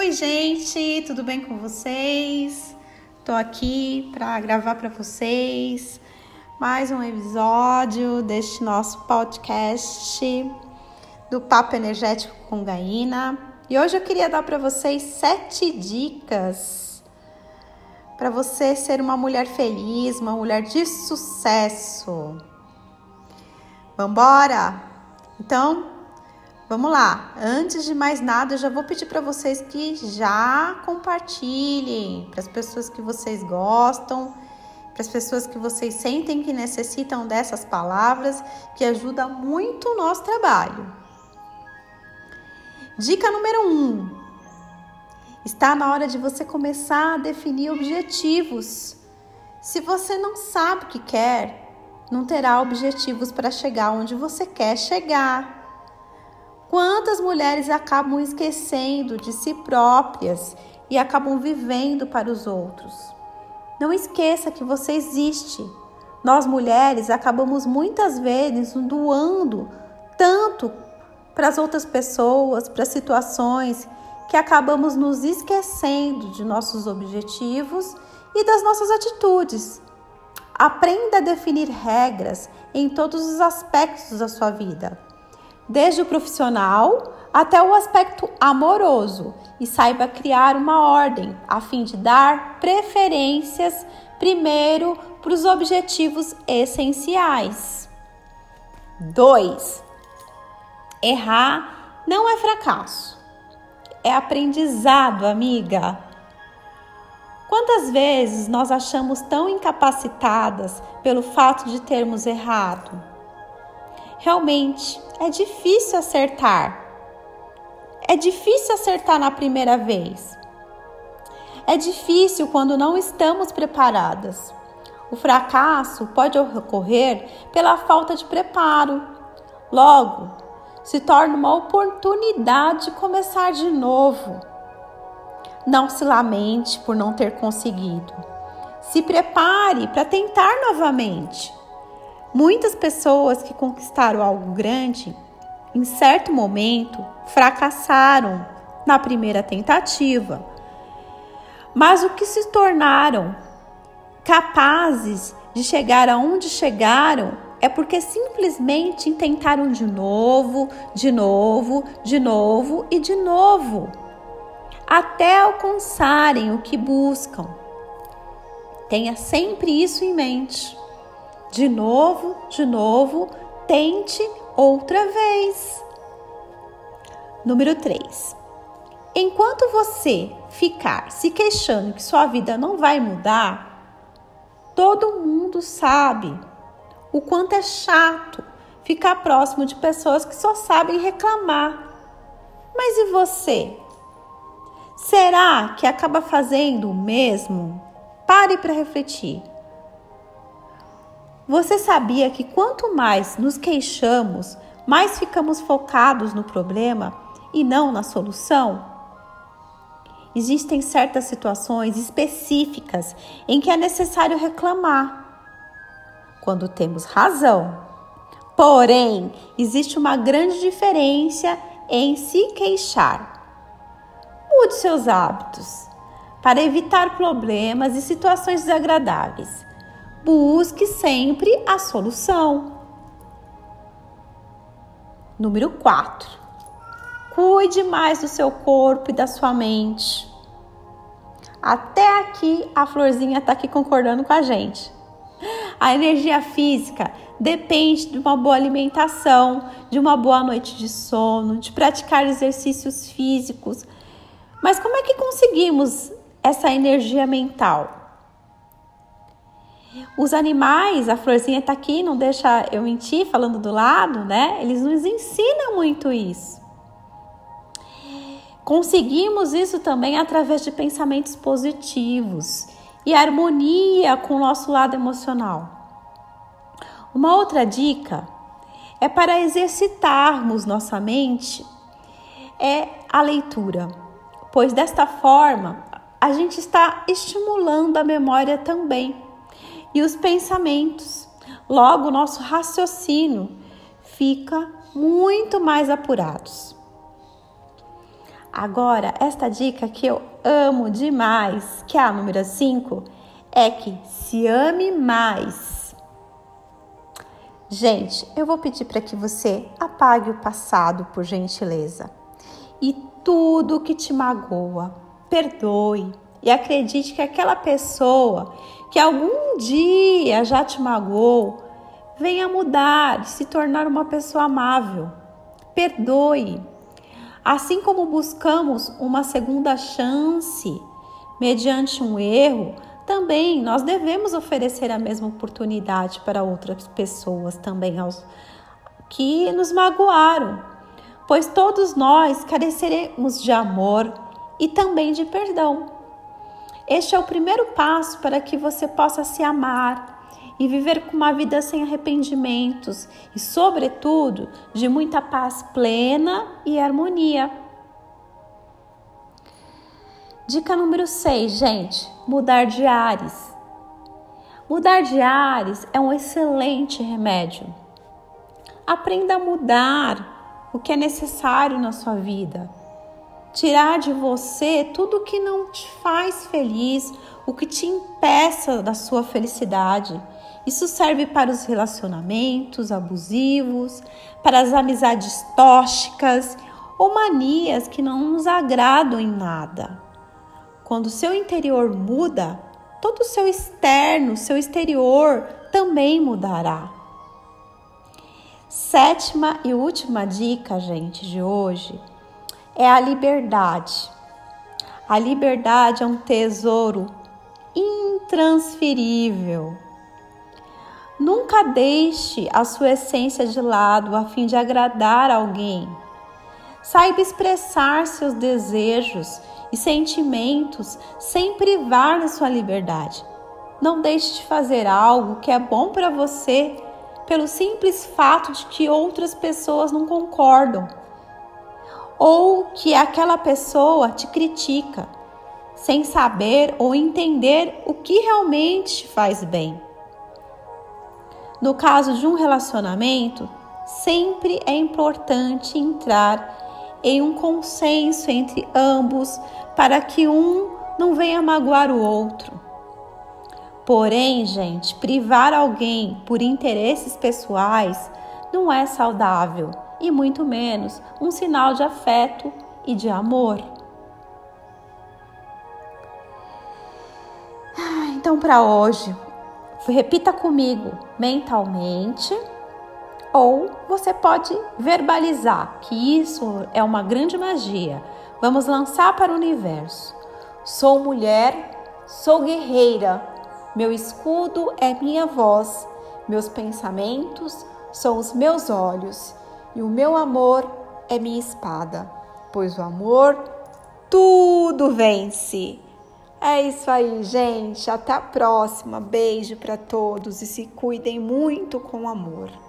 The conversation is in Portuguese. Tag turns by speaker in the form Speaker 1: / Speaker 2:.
Speaker 1: Oi, gente, tudo bem com vocês? Tô aqui para gravar para vocês mais um episódio deste nosso podcast do Papo Energético com Gaína. E hoje eu queria dar para vocês 7 dicas para você ser uma mulher feliz, uma mulher de sucesso. Vambora? Então, vamos lá. Antes de mais nada, eu já vou pedir para vocês que já compartilhem para as pessoas que vocês gostam, para as pessoas que vocês sentem que necessitam dessas palavras, que ajuda muito o nosso trabalho. Dica número 1. Está na hora de você começar a definir objetivos. Se você não sabe o que quer, não terá objetivos para chegar onde você quer chegar. Quantas mulheres acabam esquecendo de si próprias e acabam vivendo para os outros? Não esqueça que você existe. Nós mulheres acabamos muitas vezes doando tanto para as outras pessoas, para situações, que acabamos nos esquecendo de nossos objetivos e das nossas atitudes. Aprenda a definir regras em todos os aspectos da sua vida, desde o profissional até o aspecto amoroso, e saiba criar uma ordem a fim de dar preferências primeiro para os objetivos essenciais. 2. Errar não é fracasso, é aprendizado, amiga. Quantas vezes nós achamos tão incapacitadas pelo fato de termos errado? Realmente, é difícil acertar. É difícil acertar na primeira vez. É difícil quando não estamos preparadas. O fracasso pode ocorrer pela falta de preparo. Logo, se torna uma oportunidade de começar de novo. Não se lamente por não ter conseguido. Se prepare para tentar novamente. Muitas pessoas que conquistaram algo grande, em certo momento, fracassaram na primeira tentativa. Mas o que se tornaram capazes de chegar aonde chegaram é porque simplesmente tentaram de novo, até alcançarem o que buscam. Tenha sempre isso em mente. De novo, tente outra vez. Número 3. Enquanto você ficar se queixando que sua vida não vai mudar, todo mundo sabe o quanto é chato ficar próximo de pessoas que só sabem reclamar. Mas e você? Será que acaba fazendo o mesmo? Pare para refletir. Você sabia que quanto mais nos queixamos, mais ficamos focados no problema e não na solução? Existem certas situações específicas em que é necessário reclamar, quando temos razão. Porém, existe uma grande diferença em se queixar. Mude seus hábitos para evitar problemas e situações desagradáveis. Busque sempre a solução. Número 4. Cuide mais do seu corpo e da sua mente. Até aqui a Florzinha está aqui concordando com a gente. A energia física depende de uma boa alimentação, de uma boa noite de sono, de praticar exercícios físicos. Mas como é que conseguimos essa energia mental? Os animais, a Florzinha está aqui, não deixa eu mentir, falando do lado, né? Eles nos ensinam muito isso. Conseguimos isso também através de pensamentos positivos e harmonia com o nosso lado emocional. Uma outra dica é para exercitarmos nossa mente é a leitura, pois desta forma a gente está estimulando a memória também e os pensamentos. Logo, o nosso raciocínio fica muito mais apurado. Agora, esta dica que eu amo demais, que é a número 5, é que se ame mais. Gente, eu vou pedir para que você apague o passado, por gentileza. E tudo que te magoa, perdoe. E acredite que aquela pessoa que algum dia já te magoou, venha mudar, se tornar uma pessoa amável. Perdoe. Assim como buscamos uma segunda chance mediante um erro, também nós devemos oferecer a mesma oportunidade para outras pessoas também aos que nos magoaram, pois todos nós careceremos de amor e também de perdão. Este é o primeiro passo para que você possa se amar e viver com uma vida sem arrependimentos e, sobretudo, de muita paz plena e harmonia. Dica número 6, gente, mudar de ares. Mudar de ares é um excelente remédio. Aprenda a mudar o que é necessário na sua vida. Tirar de você tudo que não te faz feliz, o que te impeça da sua felicidade. Isso serve para os relacionamentos abusivos, para as amizades tóxicas ou manias que não nos agradam em nada. Quando o seu interior muda, todo o seu externo, seu exterior também mudará. 7ª e última dica, gente, de hoje é a liberdade. A liberdade é um tesouro intransferível. Nunca deixe a sua essência de lado a fim de agradar alguém. Saiba expressar seus desejos e sentimentos sem privar da sua liberdade. Não deixe de fazer algo que é bom para você pelo simples fato de que outras pessoas não concordam ou que aquela pessoa te critica sem saber ou entender o que realmente te faz bem. No caso de um relacionamento, sempre é importante entrar em um consenso entre ambos para que um não venha magoar o outro. Porém, gente, privar alguém por interesses pessoais não é saudável e muito menos um sinal de afeto e de amor. Então, para hoje, repita comigo mentalmente. Ou você pode verbalizar, que isso é uma grande magia. Vamos lançar para o universo. Sou mulher, sou guerreira. Meu escudo é minha voz. Meus pensamentos são os meus olhos. E o meu amor é minha espada. Pois o amor tudo vence. É isso aí, gente. Até a próxima. Beijo para todos e se cuidem muito com amor.